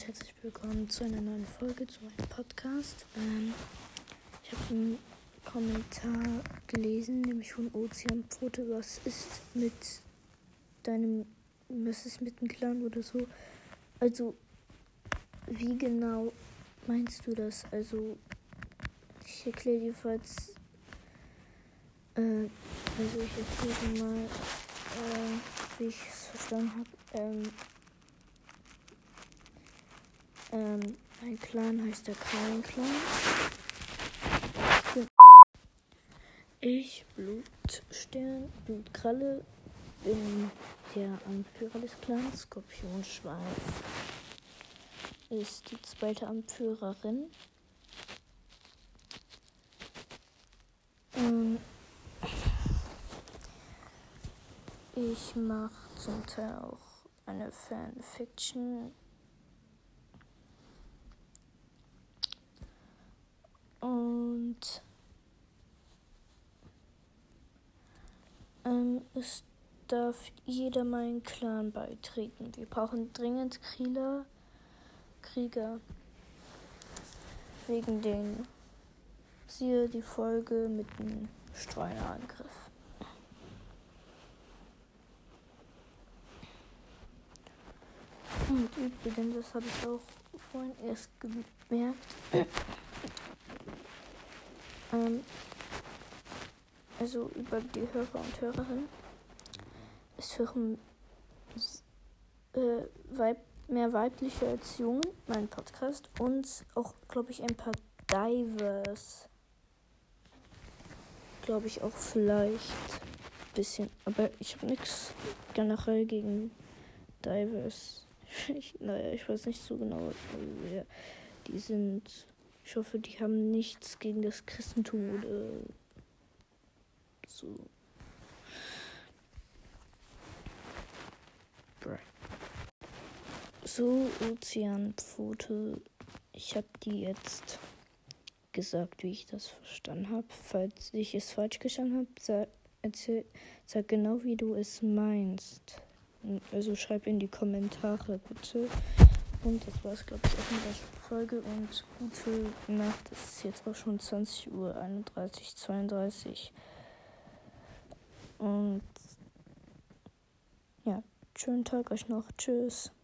und herzlich willkommen zu einer neuen Folge zu meinem Podcast. Ich habe einen Kommentar gelesen, nämlich von Ozeanpfote, was ist mit dem Clan oder so? Also, wie genau meinst du das? Also, ich erkläre jedenfalls, ich erkläre mal, wie ich es verstanden habe. Mein Clan heißt der Krallen-Clan. Ich, Blutstern, Blutkralle, bin der Anführer des Clans. Skorpionschweif ist die zweite Anführerin. Ich mache zum Teil auch eine Fanfiction. Und es darf jeder meinen Clan beitreten. Wir brauchen dringend Krieger. Wegen den, siehe die Folge mit dem Streunerangriff. Und übrigens, das habe ich auch vorhin erst gemerkt. Also über die Hörer und Hörerinnen. Es hören mehr weibliche als Jungen, mein Podcast. Und auch, glaube ich, ein paar Divers. Glaube ich auch vielleicht ein bisschen. Aber ich habe nichts generell gegen Divers. Ich weiß nicht so genau, wer die sind. Ich hoffe, die haben nichts gegen das Christentum oder so. So, Ozeanpfote. Ich habe die jetzt gesagt, wie ich das verstanden habe. Falls ich es falsch verstanden habe, sag genau, wie du es meinst. Also schreib in die Kommentare, bitte. Und das war es, glaube ich, auch mit der Folge. Und gute Nacht. Es ist jetzt auch schon 20:31 Uhr, 32. Und ja, schönen Tag euch noch. Tschüss.